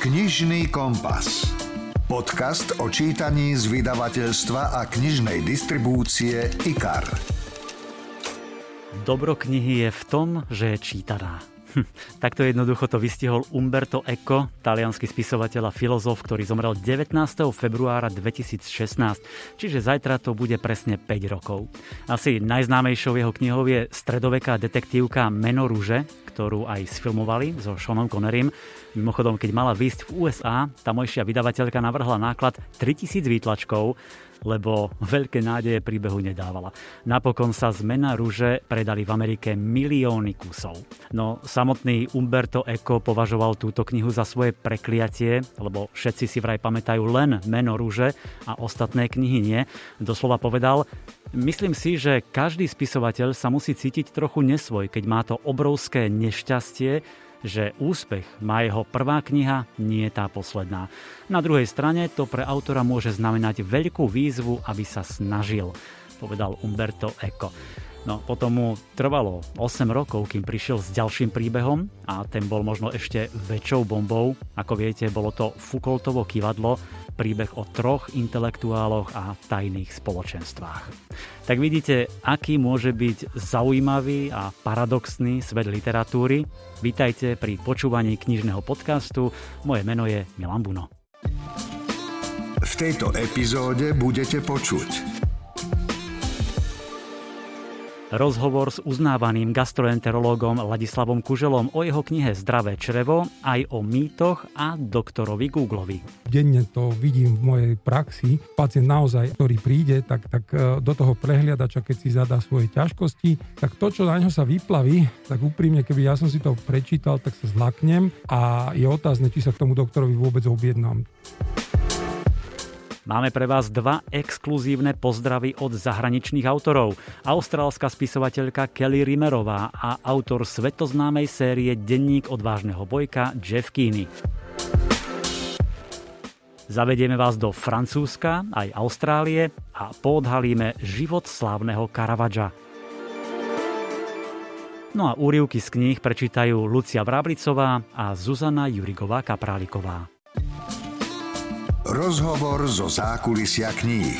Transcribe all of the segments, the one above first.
Knižný kompas. Podcast o čítaní z vydavateľstva a knižnej distribúcie IKAR. Dobro knihy je v tom, že je čítaná. Takto jednoducho to vystihol Umberto Eco, taliansky spisovateľ a filozof, ktorý zomrel 19. februára 2016, čiže zajtra to bude presne 5 rokov. Asi najznámejšou jeho knihou je stredoveká detektívka Meno rúže, ktorú aj sfilmovali so Seanom Connerym. Mimochodom, keď mala výjsť v USA, tamojšia vydavateľka navrhla náklad 3000 výtlačkov, lebo veľké nádeje príbehu nedávala. Napokon sa z Mena rúže predali v Amerike milióny kusov. No samotný Umberto Eco považoval túto knihu za svoje prekliatie, lebo všetci si vraj pamätajú len Meno rúže a ostatné knihy nie. Doslova povedal: myslím si, že každý spisovateľ sa musí cítiť trochu nesvoj, keď má to obrovské nešťastie, že úspech má jeho prvá kniha, nie tá posledná. Na druhej strane to pre autora môže znamenať veľkú výzvu, aby sa snažil, povedal Umberto Eco. No potom mu trvalo 8 rokov, kým prišiel s ďalším príbehom a ten bol možno ešte väčšou bombou. Ako viete, bolo to Foucaultovo kyvadlo, príbeh o 3 intelektuáloch a tajných spoločenstvách. Tak vidíte, aký môže byť zaujímavý a paradoxný svet literatúry. Vítajte pri počúvaní knižného podcastu. Moje meno je Milan Buno. V tejto epizóde budete počuť rozhovor s uznávaným gastroenterológom Ladislavom Kuželom o jeho knihe Zdravé črevo, aj o mýtoch a doktorovi Googlovi. Denne to vidím v mojej praxi. Pacient naozaj, ktorý príde, tak do toho prehliadača, keď si zadá svoje ťažkosti, tak to, čo na ňo sa vyplaví, tak úprimne, keby ja som si to prečítal, tak sa zlaknem a je otázne, či sa k tomu doktorovi vôbec objednám. Máme pre vás 2 exkluzívne pozdravy od zahraničných autorov. Austrálska spisovateľka Kelly Rimmerová a autor svetoznámej série Denník odvážneho bojka Jeff Keeney. Zavedieme vás do Francúzska, aj Austrálie a poodhalíme život slávneho Caravaggia. No a úryvky z kníh prečítajú Lucia Vráblicová a Zuzana Jurigová-Kapráliková. Rozhovor zo zákulisia kníh.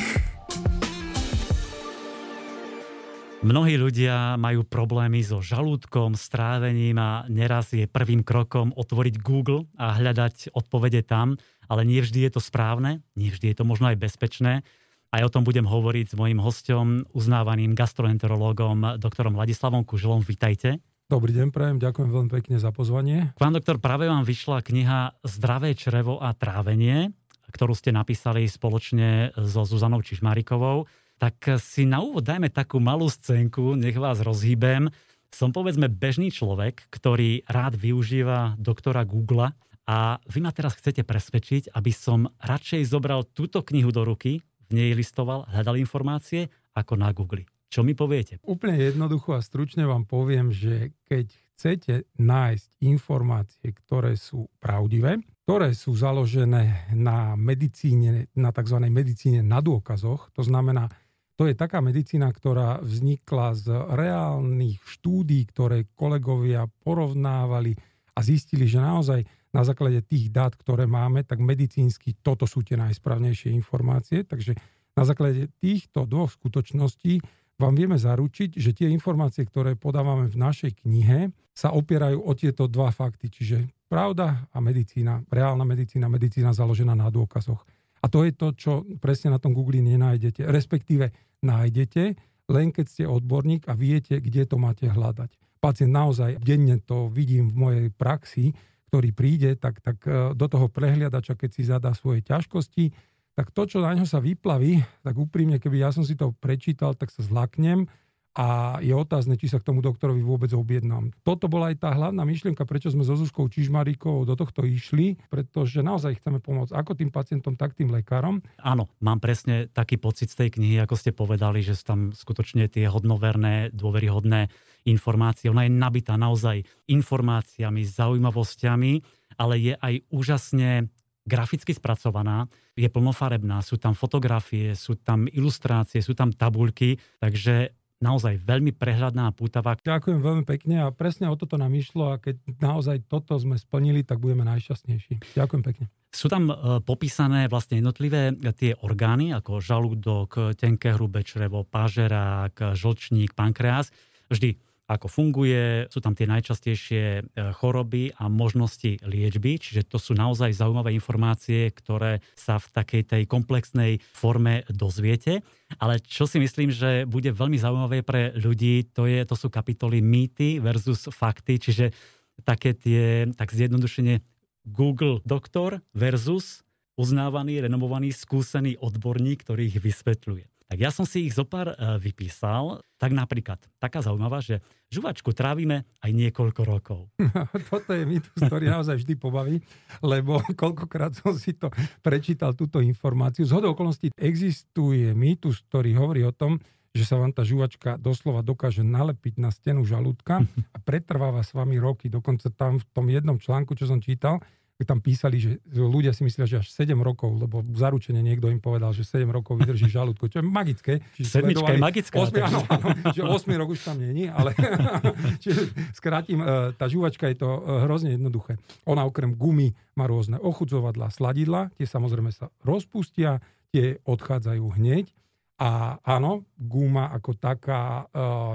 Mnohí ľudia majú problémy so žalúdkom, strávením a neraz je prvým krokom otvoriť Google a hľadať odpovede tam, ale nie vždy je to správne, nie vždy je to možno aj bezpečné. Aj o tom budem hovoriť s mojím hosťom, uznávaným gastroenterológom doktorom Ladislavom Kuželom. Vitajte. Dobrý deň, prajem, ďakujem veľmi pekne za pozvanie. Pán doktor, práve vám vyšla kniha Zdravé črevo a trávenie, ktorú ste napísali spoločne so Zuzanou Čižmárikovou. Tak si na úvod dajme takú malú scénku, nech vás rozhýbem. Som povedzme bežný človek, ktorý rád využíva doktora Googla a vy ma teraz chcete presvedčiť, aby som radšej zobral túto knihu do ruky, v nej listoval, hľadal informácie, ako na Google. Čo mi poviete? Úplne jednoducho a stručne vám poviem, že keď chcete nájsť informácie, ktoré sú pravdivé, ktoré sú založené na medicíne, na tzv. Medicíne na dôkazoch. To znamená, to je taká medicína, ktorá vznikla z reálnych štúdií, ktoré kolegovia porovnávali a zistili, že naozaj na základe tých dát, ktoré máme, tak medicínsky toto sú tie najsprávnejšie informácie. Takže na základe týchto 2 skutočností vám vieme zaručiť, že tie informácie, ktoré podávame v našej knihe, sa opierajú o tieto 2 fakty, čiže pravda a medicína, reálna medicína, medicína založená na dôkazoch. A to je to, čo presne na tom Google nenájdete. Respektíve nájdete, len keď ste odborník a viete, kde to máte hľadať. Pacient naozaj, denne to vidím v mojej praxi, ktorý príde, tak do toho prehliadača, keď si zadá svoje ťažkosti, tak to, čo na ňo sa vyplaví, tak úprimne, keby ja som si to prečítal, tak sa zlaknem a je otázne, či sa k tomu doktorovi vôbec objednám. Toto bola aj tá hlavná myšlienka, prečo sme so Zuzkou Čižmárikovou do tohto išli, pretože naozaj chceme pomôcť ako tým pacientom, tak tým lekárom. Áno, mám presne taký pocit z tej knihy, ako ste povedali, že sú tam skutočne tie hodnoverné, dôveryhodné informácie. Ona je nabitá naozaj informáciami, zaujímavosťami, ale je aj úžasne graficky spracovaná, je plnofarebná, sú tam fotografie, sú tam ilustrácie, sú tam tabuľky, takže naozaj veľmi prehľadná a pútavá. Ďakujem veľmi pekne a presne o toto nám išlo a keď naozaj toto sme splnili, tak budeme najšťastnejší. Ďakujem pekne. Sú tam popísané vlastne jednotlivé tie orgány, ako žalúdok, tenké hrubé črevo, pážerák, žlčník, pankreas. Vždy ako funguje, sú tam tie najčastejšie choroby a možnosti liečby, čiže to sú naozaj zaujímavé informácie, ktoré sa v takej tej komplexnej forme dozviete. Ale čo si myslím, že bude veľmi zaujímavé pre ľudí, to sú kapitoly mýty versus fakty, čiže také tie, tak zjednodušene, Google doktor versus uznávaný, renomovaný, skúsený odborník, ktorý ich vysvetľuje. Tak ja som si ich zopár vypísal. Tak napríklad, taká zaujímavá, že žuvačku trávime aj niekoľko rokov. Toto je mýtus, ktorý naozaj vždy pobaví, lebo koľkokrát som si to prečítal, túto informáciu. Zhodou okolností existuje mýtus, ktorý hovorí o tom, že sa vám tá žuvačka doslova dokáže nalepiť na stenu žalúdka a pretrváva s vami roky. Dokonca tam v tom jednom článku, čo som čítal, tam písali, že ľudia si myslia, že až 7 rokov, lebo zaručene niekto im povedal, že 7 rokov vydrží žalúdku, čo je magické. Sedmička je magická. Áno, že 8 rok už tam není, ale skrátim, tá žuvačka je to hrozne jednoduché. Ona okrem gumy má rôzne ochudzovadlá, sladidlá, tie samozrejme sa rozpustia, tie odchádzajú hneď. A áno, guma ako taká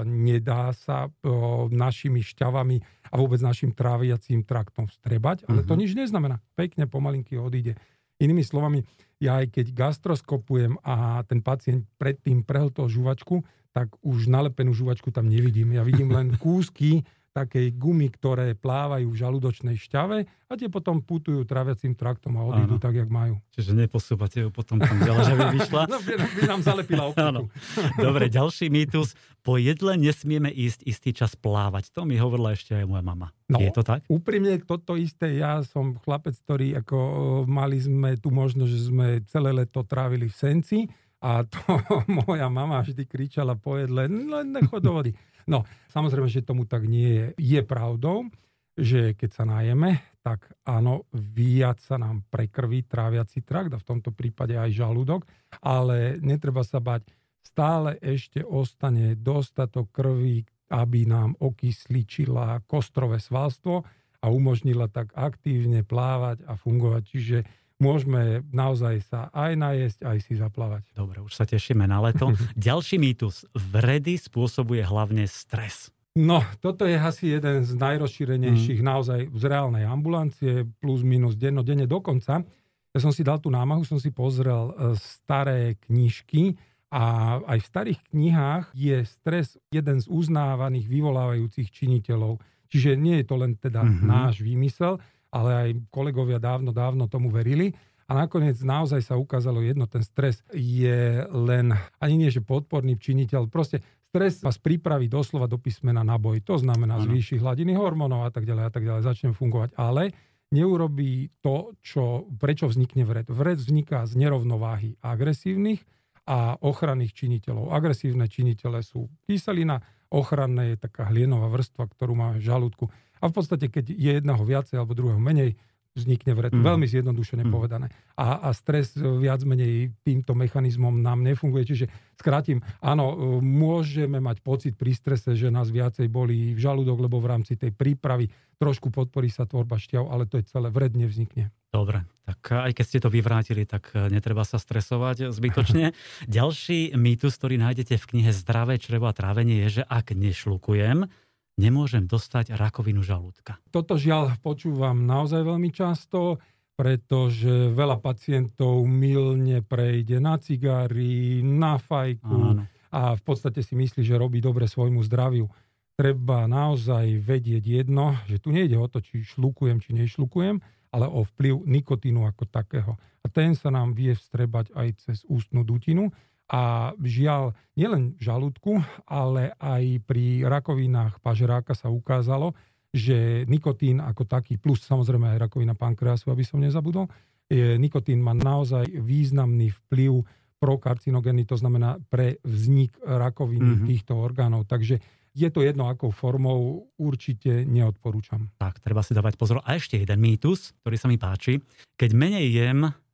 nedá sa našimi šťavami a vôbec našim tráviacím traktom vstrebať, ale to nič neznamená. Pekne pomalinky odíde. Inými slovami, ja aj keď gastroskopujem a ten pacient predtým prehltol žuvačku, tak už nalepenú žuvačku tam nevidím. Ja vidím len kúsky takej gumy, ktoré plávajú v žalúdočnej šťave a tie potom putujú tráviacím traktom a odídu tak, jak majú. Čiže neposúvate ju potom tam ďalej, že by vyšla? No, by nám zalepila optiku. Dobre, ďalší mýtus. Po jedle nesmieme ísť istý čas plávať. To mi hovorila ešte aj moja mama. No, je to tak? Úprimne toto isté. Ja som chlapec, ktorý mali sme tu možnosť, že sme celé leto trávili v Senci a to moja mama vždy kričala po jedle, len nechod do vody. No, samozrejme, že tomu tak nie je. Je pravdou, že keď sa najeme, tak áno, viac sa nám prekrví tráviaci trakt a v tomto prípade aj žalúdok, ale netreba sa bať, stále ešte ostane dostatok krvi, aby nám okysličila kostrové svalstvo a umožnila tak aktívne plávať a fungovať. Čiže môžeme naozaj sa aj najesť, aj si zaplávať. Dobre, už sa tešíme na leto. Ďalší mýtus. Vredy spôsobuje hlavne stres. No, toto je asi jeden z najrozšírenejších naozaj z reálnej ambulancie, plus minus denne dokonca. Ja som si dal tú námahu, som si pozrel staré knižky a aj v starých knihách je stres jeden z uznávaných vyvolávajúcich činiteľov. Čiže nie je to len teda náš výmysel, ale aj kolegovia dávno tomu verili. A nakoniec naozaj sa ukázalo jedno, ten stres je len, ani nie že podporný činiteľ, proste stres vás pripraví doslova do písmena na boj. To znamená zvýši hladiny hormónov a tak ďalej, začne fungovať. Ale neurobí to, prečo vznikne vred. Vred vzniká z nerovnováhy agresívnych a ochranných činiteľov. Agresívne činitele sú kyselina, ochranné je taká hlienová vrstva, ktorú máme v žalúdku. A v podstate, keď je jedného viacej alebo druhého menej, vznikne vred. Veľmi zjednodušene povedané. A stres viac menej týmto mechanizmom nám nefunguje. Čiže skrátim, áno, môžeme mať pocit pri strese, že nás viacej bolí v žalúdok, lebo v rámci tej prípravy trošku podporí sa tvorba šťav, ale to je celé, vred nevznikne. Dobre, tak aj keď ste to vyvrátili, tak netreba sa stresovať zbytočne. Ďalší mýtus, ktorý nájdete v knihe Zdravé črevo a trávenie je, že ak nešľukujem, nemôžem dostať rakovinu žalúdka. Toto žiaľ počúvam naozaj veľmi často, pretože veľa pacientov mylne prejde na cigári, na fajku a v podstate si myslí, že robí dobre svojmu zdraviu. Treba naozaj vedieť jedno, že tu nejde o to, či šľukujem, či nešľukujem, ale o vplyv nikotínu ako takého. A ten sa nám vie vstrebať aj cez ústnu dutinu. A žiaľ, nielen v žalúdku, ale aj pri rakovinách pažeráka sa ukázalo, že nikotín ako taký, plus samozrejme aj rakovina pankreasu, aby som nezabudol, nikotín má naozaj významný vplyv prokarcinogénny, to znamená pre vznik rakoviny týchto orgánov. Takže je to jedno akou formou, určite neodporúčam. Tak, treba si dávať pozor. A ešte jeden mýtus, ktorý sa mi páči. Keď menej jem,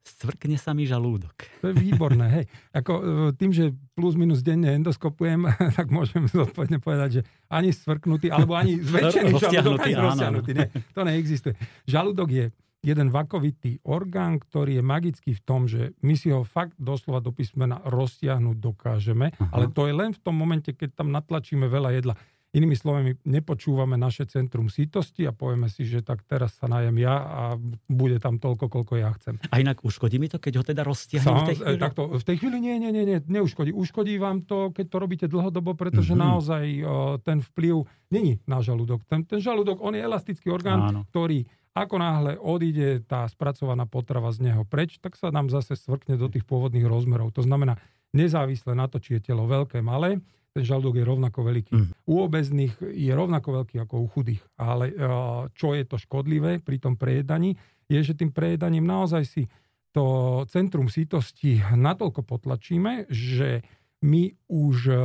Scvrkne sa mi žalúdok. To je výborné, hej. Ako tým, že plus minus denne endoskopujem, tak môžem zodpovedne povedať, že ani scvrknutý, alebo ani zväčšený žalúdok, ani rozťahnutý. Nie, to neexistuje. Žalúdok je jeden vakovitý orgán, ktorý je magický v tom, že my si ho fakt doslova do písmena roztiahnuť dokážeme, ale to je len v tom momente, keď tam natlačíme veľa jedla. Inými slovami, nepočúvame naše centrum sytosti a povieme si, že tak teraz sa najem ja a bude tam toľko, koľko ja chcem. A inak uškodí mi to, keď ho teda roztiahnem v tej chvíli? Takto, v tej chvíli nie, neuškodí. Uškodí vám to, keď to robíte dlhodobo, pretože naozaj ten vplyv není na žalúdok. Ten žalúdok, on je elastický orgán, ktorý ako náhle odíde tá spracovaná potrava z neho preč, tak sa nám zase svrkne do tých pôvodných rozmerov. To znamená, nezávisle na to, či je telo veľké, malé, ten žalúdok je rovnako veľký. U obezných je rovnako veľký ako u chudých. Ale čo je to škodlivé pri tom prejedaní, je, že tým prejedaním naozaj si to centrum sytosti natoľko potlačíme, že my už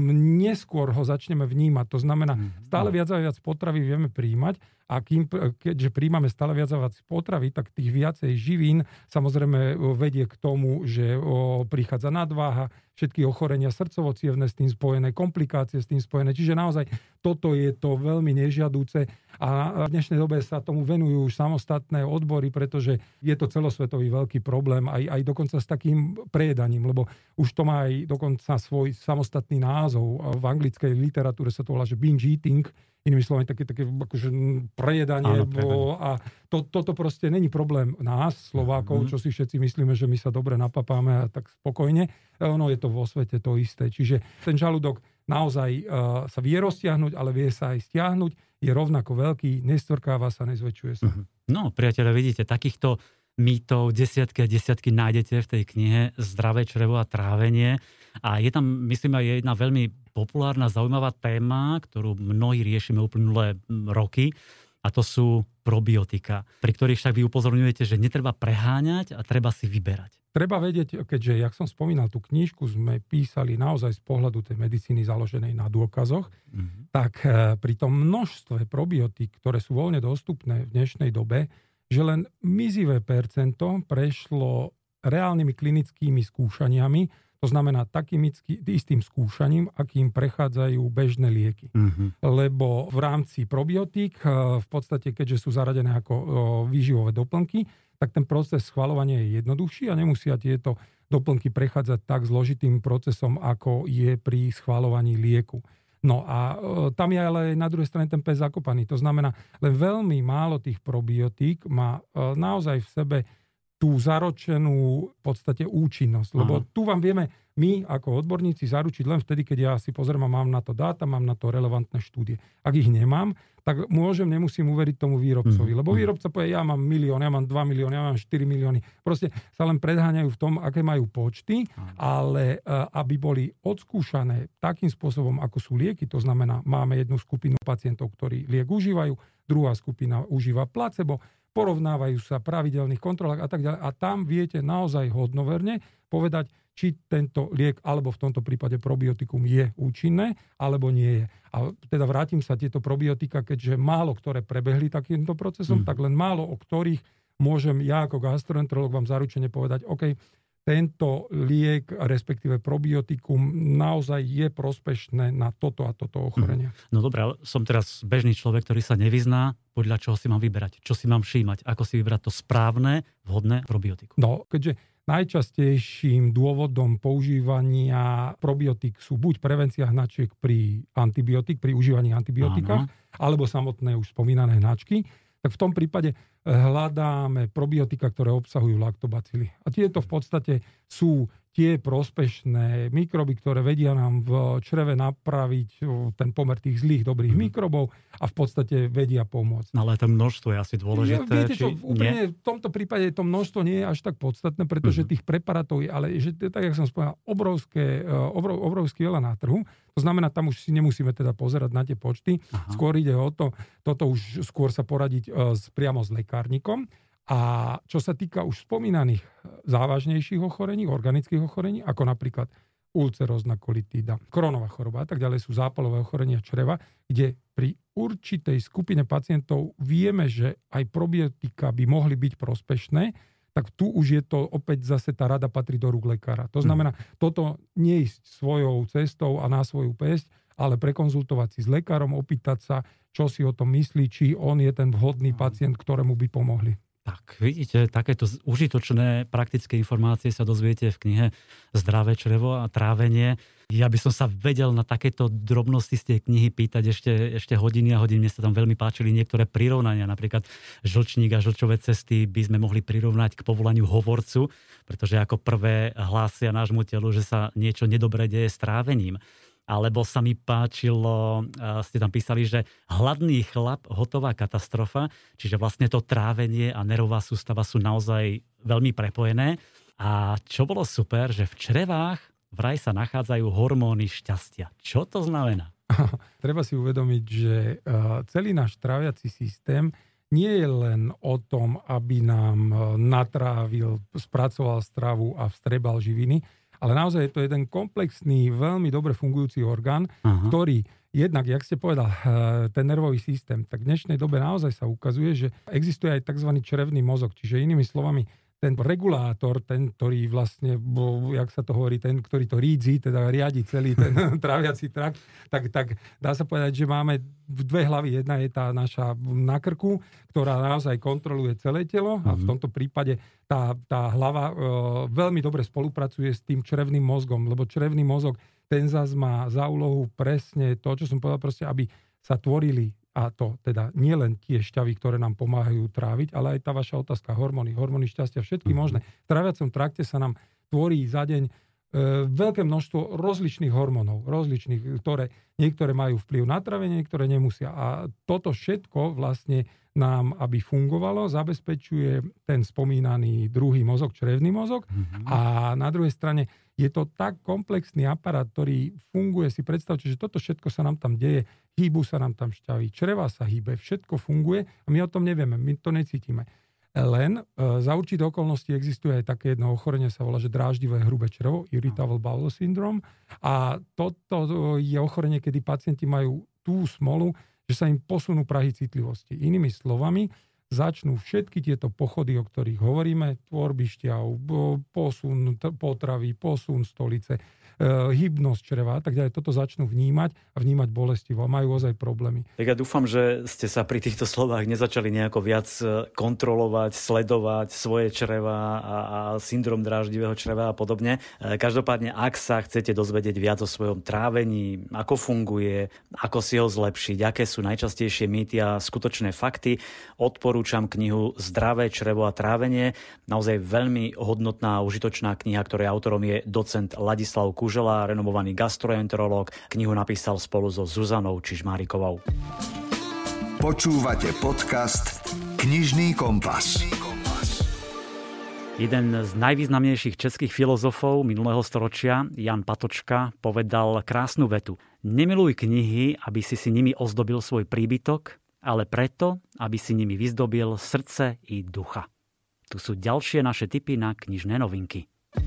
neskôr ho začneme vnímať. To znamená, stále viac a viac potravy vieme príjmať a keďže príjmame stále viac a viac potravy, tak tých viacej živín samozrejme vedie k tomu, že prichádza nadváha, všetky ochorenia srdcovo-cievne s tým spojené, komplikácie s tým spojené. Čiže naozaj toto je to veľmi nežiadúce a v dnešnej dobe sa tomu venujú už samostatné odbory, pretože je to celosvetový veľký problém aj dokonca s takým prejedaním, lebo už to má aj dokonca svoj samostatný názov. V anglickej literatúre sa to volá, že binge eating, inými slovami také akože prejedanie. A toto proste není problém nás, Slovákov, čo si všetci myslíme, že my sa dobre napapáme a tak spokojne. Ono je to vo svete to isté. Čiže ten žalúdok naozaj sa vie roztiahnuť, ale vie sa aj stiahnuť. Je rovnako veľký, nestvrkáva sa, nezväčšuje sa. No, priateľe, vidíte, takýchto mýtov desiatky a desiatky nájdete v tej knihe Zdravé črevo a trávenie. A je tam, myslím, aj jedna veľmi populárna, zaujímavá téma, ktorú mnohí riešime uplynulé roky, a to sú probiotika, pri ktorých však vy upozorňujete, že netreba preháňať a treba si vyberať. Treba vedieť, keďže, jak som spomínal, tú knižku sme písali naozaj z pohľadu tej medicíny založenej na dôkazoch, tak pri tom množstve probiotík, ktoré sú voľne dostupné v dnešnej dobe, že len mizivé percento prešlo reálnymi klinickými skúšaniami, to znamená takým istým skúšaním, akým prechádzajú bežné lieky. Lebo v rámci probiotík, v podstate, keďže sú zaradené ako výživové doplnky, tak ten proces schvaľovania je jednoduchší a nemusia tieto doplnky prechádzať tak zložitým procesom, ako je pri schvaľovaní lieku. No a tam je ale na druhej strane ten pes zakopaný. To znamená, len veľmi málo tých probiotík má naozaj v sebe tú zaručenú v podstate účinnosť. Lebo tu vám vieme my ako odborníci zaručiť len vtedy, keď ja si pozriem a mám na to dáta, mám na to relevantné štúdie. Ak ich nemám, tak nemusím uveriť tomu výrobcovi. Lebo výrobca povie, ja mám 1 milión, ja mám 2 milióny, ja mám 4 milióny. Proste sa len predháňajú v tom, aké majú počty, ale aby boli odskúšané takým spôsobom, ako sú lieky, to znamená, máme jednu skupinu pacientov, ktorí liek užívajú, druhá skupina užíva placebo, porovnávajú sa pravidelných kontrolách a tak ďalej. A tam viete naozaj hodnoverne povedať, či tento liek, alebo v tomto prípade probiotikum je účinné, alebo nie je. A teda vrátim sa tieto probiotika, keďže málo ktoré prebehli takýmto procesom, tak len málo o ktorých môžem ja ako gastroenterológ vám zaručene povedať, OK, tento liek, respektíve probiotikum naozaj je prospešné na toto a toto ochorenie. No dobré, ale som teraz bežný človek, ktorý sa nevyzná, podľa čoho si mám vyberať, čo si mám všímať, ako si vybrať to správne, vhodné probiotikum. No, keďže najčastejším dôvodom používania probiotík sú buď prevencia hnačiek pri užívaní antibiotikách, alebo samotné už spomínané hnačky, tak v tom prípade hľadáme probiotika, ktoré obsahujú laktobacily. A tieto v podstate sú tie prospešné mikroby, ktoré vedia nám v čreve napraviť ten pomer tých zlých, dobrých mikrobov a v podstate vedia pomôcť. Ale to množstvo je asi dôležité. Viete čo, úplne v tomto prípade to množstvo nie je až tak podstatné, pretože tých preparátov je, ale že, tak jak som spomenul, obrovský veľa na trhu. To znamená, tam už si nemusíme teda pozerať na tie počty. Skôr ide o to, toto už skôr sa poradiť priamo s lekárnikom. A čo sa týka už spomínaných závažnejších ochorení, organických ochorení, ako napríklad ulcerózna kolitída, Crohnova choroba a tak ďalej, sú zápalové ochorenia čreva, kde pri určitej skupine pacientov vieme, že aj probiotika by mohli byť prospešné, tak tu už je to opäť zase tá rada patrí do rúk lekára. To znamená, toto nie ísť svojou cestou a na svoju päsť, ale prekonzultovať si s lekárom, opýtať sa, čo si o tom myslí, či on je ten vhodný pacient, ktorému by pomohli. Tak, vidíte, takéto užitočné praktické informácie sa dozviete v knihe Zdravé črevo a trávenie. Ja by som sa vedel na takéto drobnosti z tej knihy pýtať ešte hodiny a hodiny. Mne sa tam veľmi páčili niektoré prirovnania. Napríklad žlčník a žlčové cesty by sme mohli prirovnať k povolaniu hovorcu, pretože ako prvé hlásia nášmu telu, že sa niečo nedobré deje s trávením. Alebo sa mi páčilo, ste tam písali, že hladný chlap, hotová katastrofa, čiže vlastne to trávenie a nervová sústava sú naozaj veľmi prepojené. A čo bolo super, že v črevách vraj sa nachádzajú hormóny šťastia. Čo to znamená? Treba si uvedomiť, že celý náš tráviaci systém nie je len o tom, aby nám natrávil, spracoval stravu a vstrebal živiny, ale naozaj je to jeden komplexný, veľmi dobre fungujúci orgán, ktorý jednak, jak ste povedal, ten nervový systém, tak v dnešnej dobe naozaj sa ukazuje, že existuje aj tzv. Črevný mozog. Čiže inými slovami, ten regulátor, ten, ktorý vlastne, jak sa to hovorí, ten, ktorý to rídzi, teda riadi celý ten tráviaci trakt, tak dá sa povedať, že máme dve hlavy. Jedna je tá naša na krku, ktorá naozaj kontroluje celé telo a v tomto prípade tá hlava veľmi dobre spolupracuje s tým črevným mozgom, lebo črevný mozog, ten zase má za úlohu presne to, čo som povedal, proste, aby sa tvorili, a to teda nie len tie šťavy, ktoré nám pomáhajú tráviť, ale aj tá vaša otázka, hormóny šťastia, všetky možné. V tráviacom trakte sa nám tvorí za deň veľké množstvo rozličných hormónov, ktoré niektoré majú vplyv na trávenie, niektoré nemusia. A toto všetko vlastne nám, aby fungovalo, zabezpečuje ten spomínaný druhý mozog, črevný mozog. A na druhej strane je to tak komplexný aparát, ktorý funguje, si predstavte, že toto všetko sa nám tam deje, hýbu sa nám tam šťavy, čreva sa hýbe, všetko funguje a my o tom nevieme, my to necítime. Len za určité okolnosti existuje aj také jedno ochorenie, sa volá, že dráždivé hrubé črevo, irritable bowel syndrome. A toto je ochorenie, kedy pacienti majú tú smolu, že sa im posunú prahy citlivosti. Inými slovami, začnú všetky tieto pochody, o ktorých hovoríme, tvorby šťav, posun potravy, posun stolice, hybnosť čreva a tak ďalej, toto začnú vnímať a vnímať bolestivo a majú ozaj problémy. Tak ja dúfam, že ste sa pri týchto slovách nezačali nejako viac kontrolovať, sledovať svoje čreva a syndrom dráždivého čreva a podobne. Každopádne, ak sa chcete dozvedieť viac o svojom trávení, ako funguje, ako si ho zlepšiť, aké sú najčastejšie mýty a skutočné fakty, odporúčam knihu Zdravé črevo a trávenie. Naozaj veľmi hodnotná a užitočná kniha, ktorej autorom je docent Ladislav Kužela, renomovaný gastroenterológ. Knihu napísal spolu so Zuzanou Čižmárikovou. Počúvate podcast Knižný kompas. Jeden z najvýznamnejších českých filozofov minulého storočia, Jan Patočka, povedal krásnu vetu. Nemiluj knihy, aby si nimi ozdobil svoj príbytok, ale preto, aby si nimi vyzdobil srdce i ducha. Tu sú ďalšie naše tipy na knižné novinky.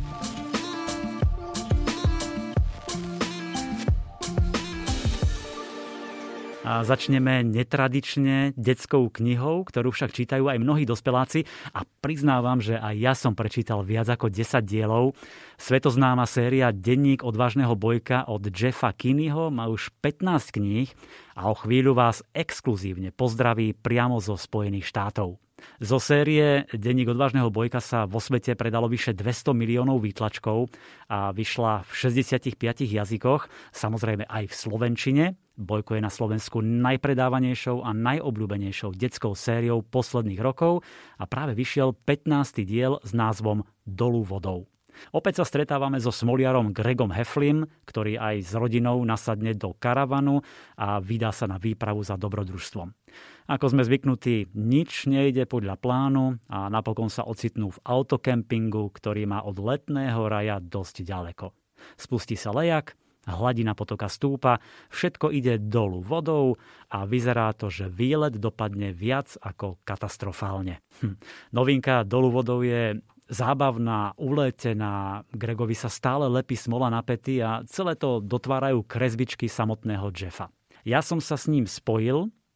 A začneme netradične detskou knihou, ktorú však čítajú aj mnohí dospeláci a priznávam, že aj ja som prečítal viac ako 10 dielov. Svetoznáma séria Denník odvážneho bojka od Jeffa Kinneyho má už 15 kníh a o chvíľu vás exkluzívne pozdraví priamo zo Spojených štátov. Zo série Denník odvážneho bojka sa vo svete predalo vyše 200 miliónov výtlačkov a vyšla v 65 jazykoch, samozrejme aj v slovenčine. Bojko je na Slovensku najpredávanejšou a najobľúbenejšou detskou sériou posledných rokov a práve vyšiel 15. diel s názvom Dolu vodou. Opäť sa stretávame so smoliarom Gregom Heflim, ktorý aj s rodinou nasadne do karavanu a vydá sa na výpravu za dobrodružstvom. Ako sme zvyknutí, nič nejde podľa plánu a napokon sa ocitnú v autokempingu, ktorý má od letného raja dosť ďaleko. Spustí sa lejak, hladina potoka stúpa, všetko ide dolu vodou a vyzerá to, že výlet dopadne viac ako katastrofálne. Novinka Dolu vodou je zábavná, uletená, Gregovi sa stále lepí smola na päty a celé to dotvárajú kresbičky samotného Jeffa. Ja som sa s ním spojil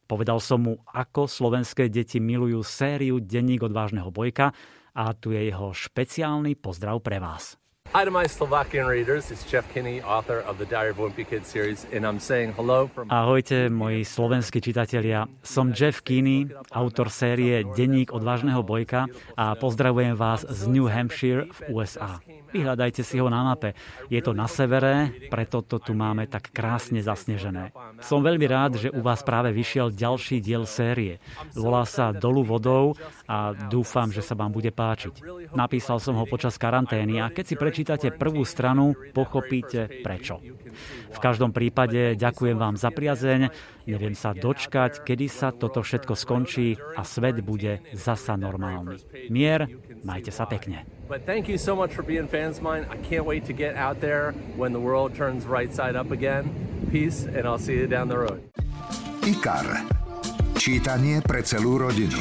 Povedal som mu, ako slovenské deti milujú sériu Denník odvážneho Bojka a tu je jeho špeciálny pozdrav pre vás. Hi to my Slovakian readers. It's Jeff Kinney, author of the Diary of a Wimpy Kid series, and I'm saying hello from... Ahojte, moji slovenskí čitatelia. Som Jeff Kinney, autor série Denník odvážneho Bojka a pozdravujem vás z New Hampshire v USA. Vyhľadajte si ho na mape. Je to na severe, preto to tu máme tak krásne zasnežené. Som veľmi rád, že u vás práve vyšiel ďalší diel série. Volá sa Dolu vodou a dúfam, že sa vám bude páčiť. Napísal som ho počas karantény a keď si prečítate prvú stranu, pochopíte prečo. V každom prípade ďakujem vám za priazeň, neviem sa dočkať, kedy sa toto všetko skončí a svet bude zasa normálny. Mier, majte sa pekne. But thank you so much for being fans of mine. I can't wait to get out there when the world turns right side up again. Peace and I'll see you down the road. IKAR. Čítanie pre celú rodinu.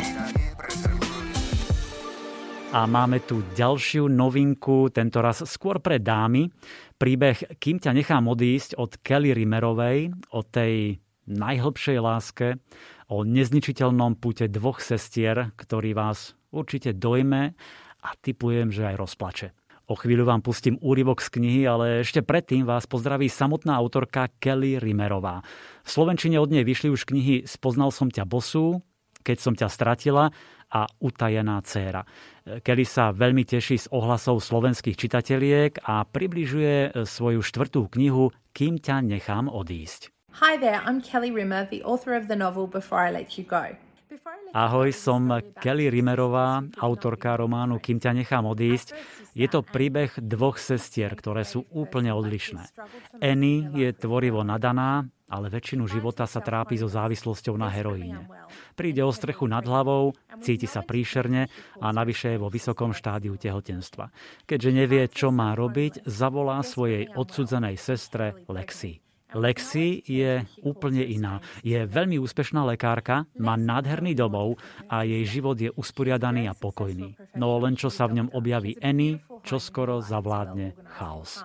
A máme tu ďalšiu novinku, tentoraz skôr pre dámy. Príbeh Kým ťa nechám odísť od Kelly Rimmerovej, o tej najhlbšej láske, o nezničiteľnom púte dvoch sestier, ktorý vás určite dojme a tipujem, že aj rozplače. O chvíľu vám pustím úryvok z knihy, ale ešte predtým vás pozdraví samotná autorka Kelly Rimmerová. V slovenčine od nej vyšli už knihy Spoznal som ťa bosú, Keď som ťa stratila a Utajená dcéra. Kelly sa veľmi teší z ohlasov slovenských čitatieliek a približuje svoju štvrtú knihu Kým ťa nechám odísť. Hi there, I'm Kelly Rimmer, the author of the novel Before I Let You Go. Ahoj, som Kelly Rimmerová, autorka románu Kým ťa nechám odísť. Je to príbeh dvoch sestier, ktoré sú úplne odlišné. Annie je tvorivo nadaná, ale väčšinu života sa trápi so závislosťou na heroíne. Príde o strechu nad hlavou, cíti sa príšerne a navyše je vo vysokom štádiu tehotenstva. Keďže nevie, čo má robiť, zavolá svojej odsudzenej sestre Lexi. Lexi je úplne iná. Je veľmi úspešná lekárka, má nádherný domov a jej život je usporiadaný a pokojný. No len čo sa v ňom objaví Annie, čoskoro zavládne chaos.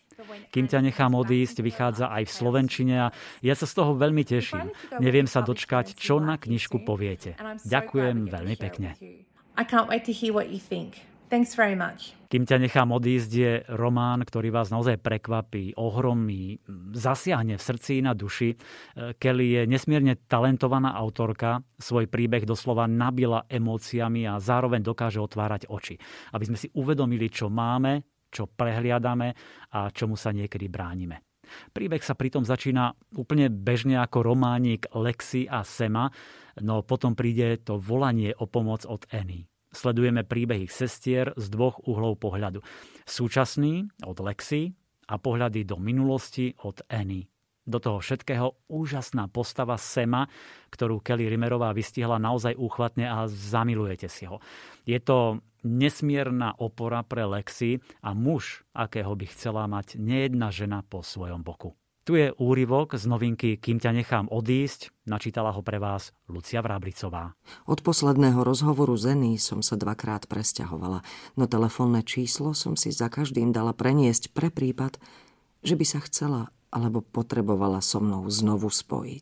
Kým ťa nechám odísť, vychádza aj v slovenčine a ja sa z toho veľmi teším. Neviem sa dočkať, čo na knižku poviete. Ďakujem veľmi pekne. I can't wait to hear what you think. Thanks very much. Kým ťa nechám odísť je román, ktorý vás naozaj prekvapí, ohromí, zasiahne v srdci i na duši. Kelly je nesmierne talentovaná autorka, svoj príbeh doslova nabila emóciami a zároveň dokáže otvárať oči. Aby sme si uvedomili, čo máme, čo prehliadame a čomu sa niekedy bránime. Príbeh sa pritom začína úplne bežne ako románik Lexi a Sema, no potom príde to volanie o pomoc od Annie. Sledujeme príbeh ich sestier z dvoch uhlov pohľadu. Súčasný od Lexi a pohľady do minulosti od Annie. Do toho všetkého úžasná postava Sema, ktorú Kelly Rimmerová vystihla naozaj úchvatne a zamilujete si ho. Je to nesmierna opora pre Lexi a muž, akého by chcela mať nejedna žena po svojom boku. Tu je úryvok z novinky Kým ťa nechám odísť. Načítala ho pre vás Lucia Vráblicová. Od posledného rozhovoru z Annie som sa 2-krát presťahovala, no telefónne číslo som si za každým dala preniesť pre prípad, že by sa chcela alebo potrebovala so mnou znovu spojiť.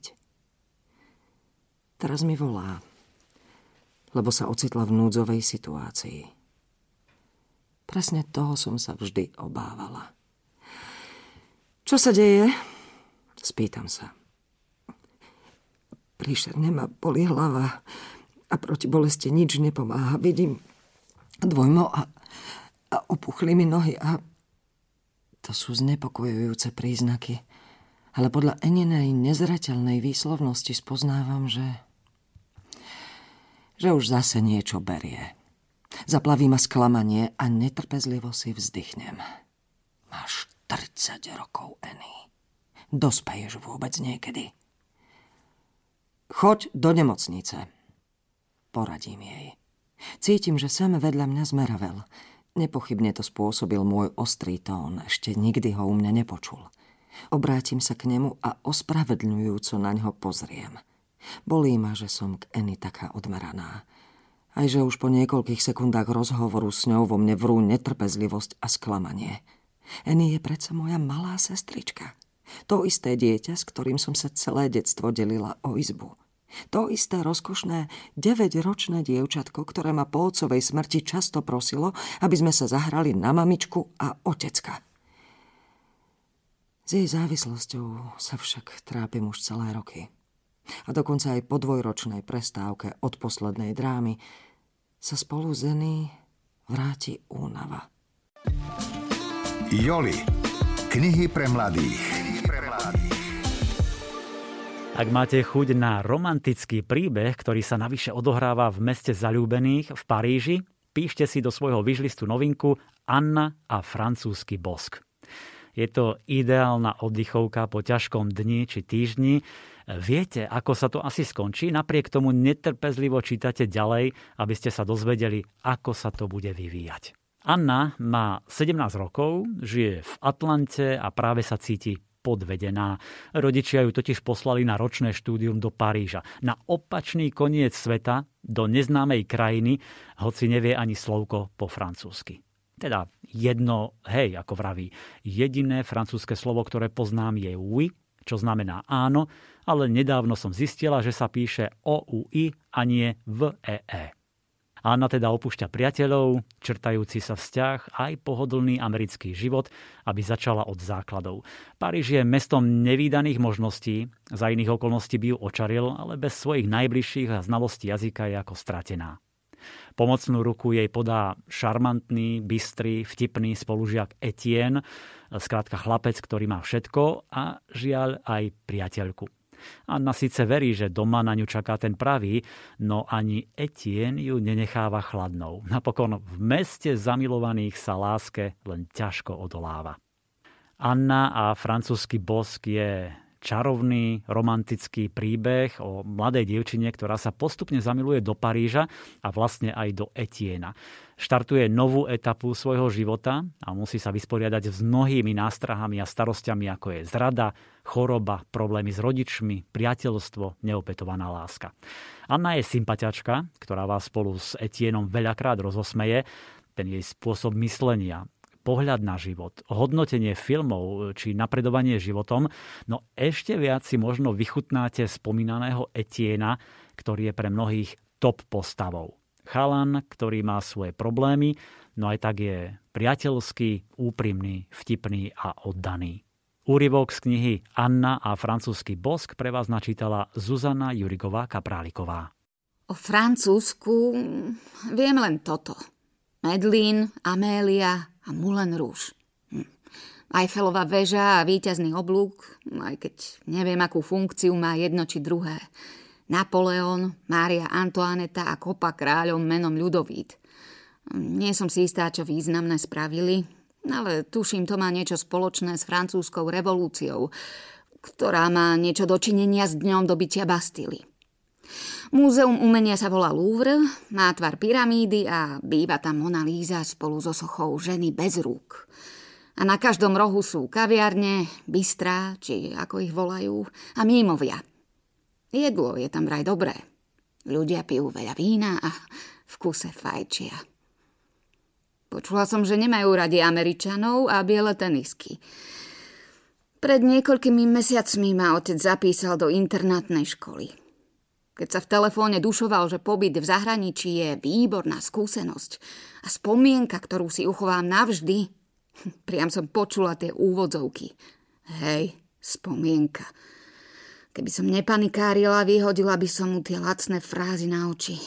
Teraz mi volá, lebo sa ocitla v núdzovej situácii. Presne toho som sa vždy obávala. Čo sa deje? Spýtam sa. Príšerne ma bolí hlava a proti bolesti nič nepomáha. Vidím dvojmo a opuchli mi nohy a to sú znepokojujúce príznaky. Ale podľa Anninej nezreteľnej výslovnosti spoznávam, že už zase niečo berie. Zaplaví ma sklamanie a netrpezlivo si vzdychnem. Máš 30 rokov, Annie. Dospeješ vôbec niekedy? Choď do nemocnice. Poradím jej. Cítim, že sem vedľa mňa zmeravel. Nepochybne to spôsobil môj ostrý tón. Ešte nikdy ho u mňa nepočul. Obrátim sa k nemu a ospravedľujúco na ňo pozriem. Bolí ma, že som k Annie taká odmeraná. Aj že už po niekoľkých sekundách rozhovoru s ňou vo mne vrú netrpezlivosť a sklamanie. Annie je predsa moja malá sestrička. To isté dieťa, s ktorým som sa celé detstvo delila o izbu. To isté rozkošné 9-ročné dievčatko, ktoré ma po otcovej smrti často prosilo, aby sme sa zahrali na mamičku a otecka. S jej závislosťou sa však trápim už celé roky. A dokonca aj po 2-ročnej prestávke od poslednej drámy sa spolu s Zeny vráti únava. Joli. Knihy pre mladých. Ak máte chuť na romantický príbeh, ktorý sa navyše odohráva v meste zaľúbených v Paríži, píšte si do svojho wishlistu novinku Anna a francúzsky bosk. Je to ideálna oddychovka po ťažkom dni či týždni. Viete, ako sa to asi skončí? Napriek tomu netrpezlivo čítate ďalej, aby ste sa dozvedeli, ako sa to bude vyvíjať. Anna má 17 rokov, žije v Atlante a práve sa cíti podvedená. Rodičia ju totiž poslali na ročné štúdium do Paríža. Na opačný koniec sveta, do neznámej krajiny, hoci nevie ani slovko po francúzsky. Teda jedno, ako vraví, jediné francúzske slovo, ktoré poznám, je oui, čo znamená áno, ale nedávno som zistila, že sa píše OUI a nie VEE. Anna teda opúšťa priateľov, črtajúci sa vzťah, aj pohodlný americký život, aby začala od základov. Paríž je mestom nevídaných možností, za iných okolností by ju očaril, ale bez svojich najbližších a znalostí jazyka je ako stratená. Pomocnú ruku jej podá šarmantný, bystrý, vtipný spolužiak Etienne, skrátka chlapec, ktorý má všetko a žiaľ aj priateľku. Anna síce verí, že doma na ňu čaká ten pravý, no ani Etienne ju nenecháva chladnou. Napokon v meste zamilovaných sa láske len ťažko odoláva. Anna a francúzsky bosk je čarovný, romantický príbeh o mladej dievčine, ktorá sa postupne zamiluje do Paríža a vlastne aj do Etienna. Štartuje novú etapu svojho života a musí sa vysporiadať s mnohými nástrahami a starostiami, ako je zrada, choroba, problémy s rodičmi, priateľstvo, neopätovaná láska. Anna je sympatiačka, ktorá vás spolu s Etiennom veľakrát rozosmeje. Ten jej spôsob myslenia, pohľad na život, hodnotenie filmov či napredovanie životom, no ešte viac si možno vychutnáte spomínaného Etienna, ktorý je pre mnohých top postavou. Chalan, ktorý má svoje problémy, no aj tak je priateľský, úprimný, vtipný a oddaný. Úryvok z knihy Anna a francúzsky bosk pre vás načítala Zuzana Jurigová-Kapráliková. O Francúzsku viem len toto. Medlín, Amélia a Moulin Rouge. Eiffelová väža a víťazný oblúk, aj keď neviem, akú funkciu má jedno či druhé. Napoleon, Mária Antoaneta a kopa kráľov menom Ľudovít. Nie som si istá, čo významné spravili, ale tuším, to má niečo spoločné s francúzskou revolúciou, ktorá má niečo dočinenia s dňom dobytia Bastily. Múzeum umenia sa volá Louvre, má tvar pyramídy a býva tam Mona Líza spolu so sochou ženy bez rúk. A na každom rohu sú kaviarne, bistrá, či ako ich volajú, a mímovia. Jedlo je tam vraj dobré. Ľudia pijú veľa vína a v kuse fajčia. Počula som, že nemajú radi Američanov a biele tenisky. Pred niekoľkými mesiacmi ma otec zapísal do internátnej školy. Keď sa v telefóne dušoval, že pobyt v zahraničí je výborná skúsenosť a spomienka, ktorú si uchovám navždy, priam som počula tie úvodzovky. Hej, spomienka. Keby som nepanikárila, vyhodila by som mu tie lacné frázy na oči.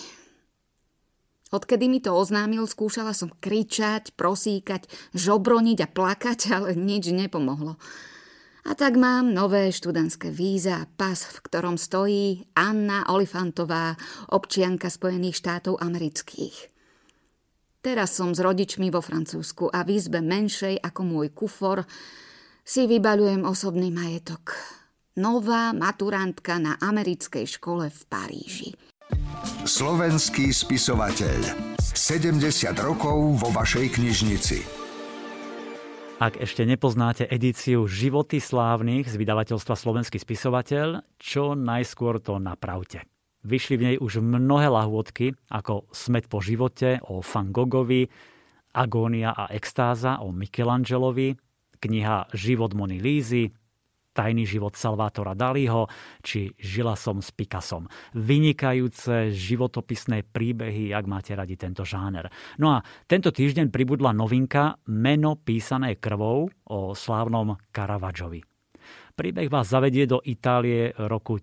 Odkedy mi to oznámil, skúšala som kričať, prosíkať, žobroniť a plakať, ale nič nepomohlo. A tak mám nové študentské víza a pas, v ktorom stojí Anna Olifantová, občianka Spojených štátov amerických. Teraz som s rodičmi vo Francúzsku a v izbe menšej ako môj kufor si vybaľujem osobný majetok. Nová maturantka na americkej škole v Paríži. Slovenský spisovateľ. 70 rokov vo vašej knižnici. Ak ešte nepoznáte edíciu Životy slávnych z vydavateľstva Slovenský spisovateľ, čo najskôr to napravte. Vyšli v nej už mnohé lahôdky, ako Smäd po živote o Van Goghovi, Agónia a extáza o Michelangelovi, kniha Život Mony Lízy, Tajný život Salvatora Daliho či Žila som s Picassom. Vynikajúce životopisné príbehy, ak máte radi tento žáner. No a tento týždeň pribudla novinka Meno písané krvou o slávnom Caravaggovi. Príbeh vás zavedie do Itálie roku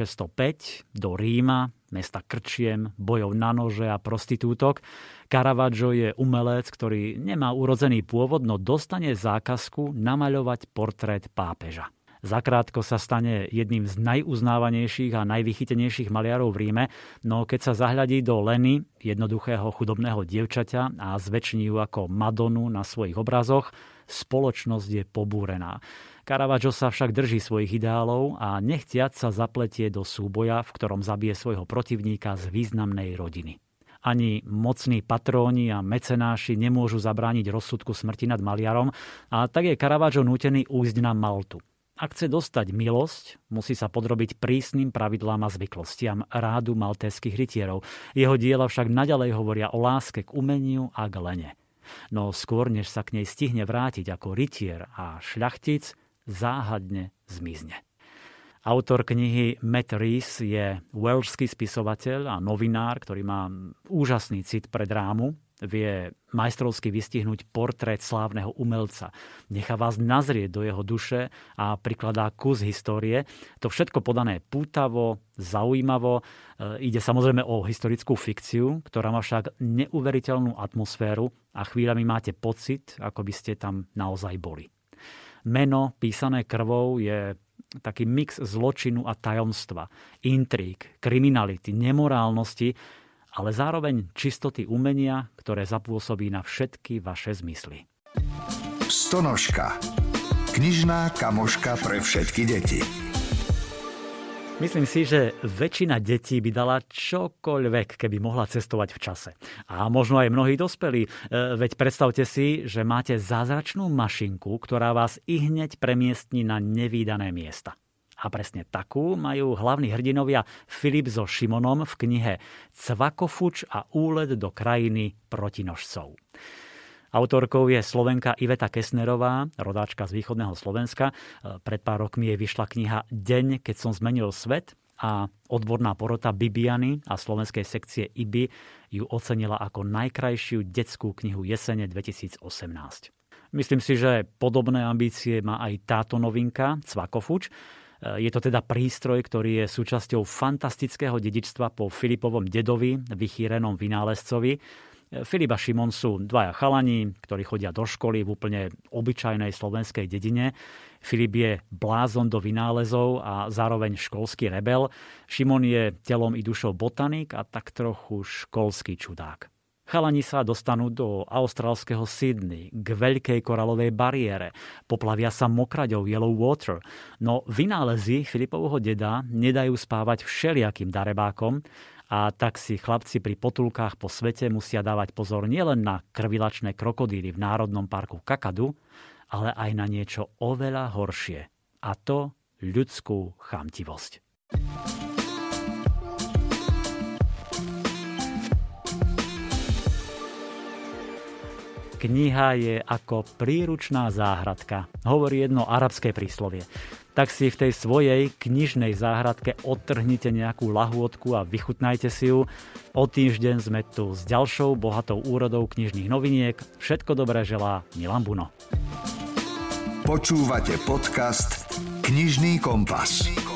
1605, do Ríma, mesta krčiem, bojov na nože a prostitútok. Caravaggio je umelec, ktorý nemá urodzený pôvod, no dostane zákazku namaľovať portrét pápeža. Zakrátko sa stane jedným z najuznávanejších a najvychytenejších maliarov v Ríme, no keď sa zahľadí do Leny, jednoduchého chudobného dievčaťa, a zväčší ju ako Madonu na svojich obrazoch, spoločnosť je pobúrená. Caravaggio sa však drží svojich ideálov a nechtiac sa zapletie do súboja, v ktorom zabije svojho protivníka z významnej rodiny. Ani mocní patróni a mecenáši nemôžu zabrániť rozsudku smrti nad maliarom, a tak je Caravaggio nútený újsť na Maltu. Ak chce dostať milosť, musí sa podrobiť prísnym pravidlám a zvyklostiam rádu maltéskych rytierov. Jeho diela však naďalej hovoria o láske k umeniu a k lene. No skôr, než sa k nej stihne vrátiť ako rytier a šľachtic, záhadne zmizne. Autor knihy Matt Rees je welšský spisovateľ a novinár, ktorý má úžasný cit pre drámu. Vie majstrovsky vystihnúť portrét slávneho umelca. Nechá vás nazrieť do jeho duše a prikladá kus histórie. To všetko podané pútavo, zaujímavo. Ide samozrejme o historickú fikciu, ktorá má však neuveriteľnú atmosféru a chvíľami máte pocit, ako by ste tam naozaj boli. Meno písané krvou je taký mix zločinu a tajomstva, intríg, kriminality, nemorálnosti, ale zároveň čistoty umenia, ktoré zapôsobí na všetky vaše zmysly. Stonožka. Knižná kamoška pre všetky deti. Myslím si, že väčšina detí by dala čokoľvek, keby mohla cestovať v čase. A možno aj mnohí dospelí. Veď predstavte si, že máte zázračnú mašinku, ktorá vás ihneď premiestni na nevídané miesta. A presne takú majú hlavní hrdinovia Filip so Šimonom v knihe Cvakofuč a úlet do krajiny protinožcov. Autorkou je Slovenka Iveta Kessnerová, rodáčka z východného Slovenska. Pred pár rokmi jej vyšla kniha Deň, keď som zmenil svet, a odborná porota Bibiany a slovenskej sekcie IBI ju ocenila ako najkrajšiu detskú knihu jesene 2018. Myslím si, že podobné ambície má aj táto novinka Cvakofuč. Je to teda prístroj, ktorý je súčasťou fantastického dedičstva po Filipovom dedovi, vychýrenom vynálezcovi. Filip a Šimon sú dvaja chalani, ktorí chodia do školy v úplne obyčajnej slovenskej dedine. Filip je blázon do vynálezov a zároveň školský rebel. Šimon je telom i dušou botanik a tak trochu školský čudák. Chalani sa dostanú do austrálskeho Sydney, k veľkej koralovej bariére. Poplavia sa mokraďou Yellow Water. No vynálezy Filipovho deda nedajú spávať všelijakým darebákom, a tak si chlapci pri potulkách po svete musia dávať pozor nielen na krvilačné krokodíly v Národnom parku Kakadu, ale aj na niečo oveľa horšie. A to ľudskú chamtivosť. Kniha je ako príručná záhradka, hovorí jedno arabské príslovie. Tak si v tej svojej knižnej záhradke odtrhnite nejakú lahôdku a vychutnajte si ju. O týždeň sme tu s ďalšou bohatou úrodou knižných noviniek. Všetko dobré želá Milan Buno. Počúvate podcast Knižný kompas.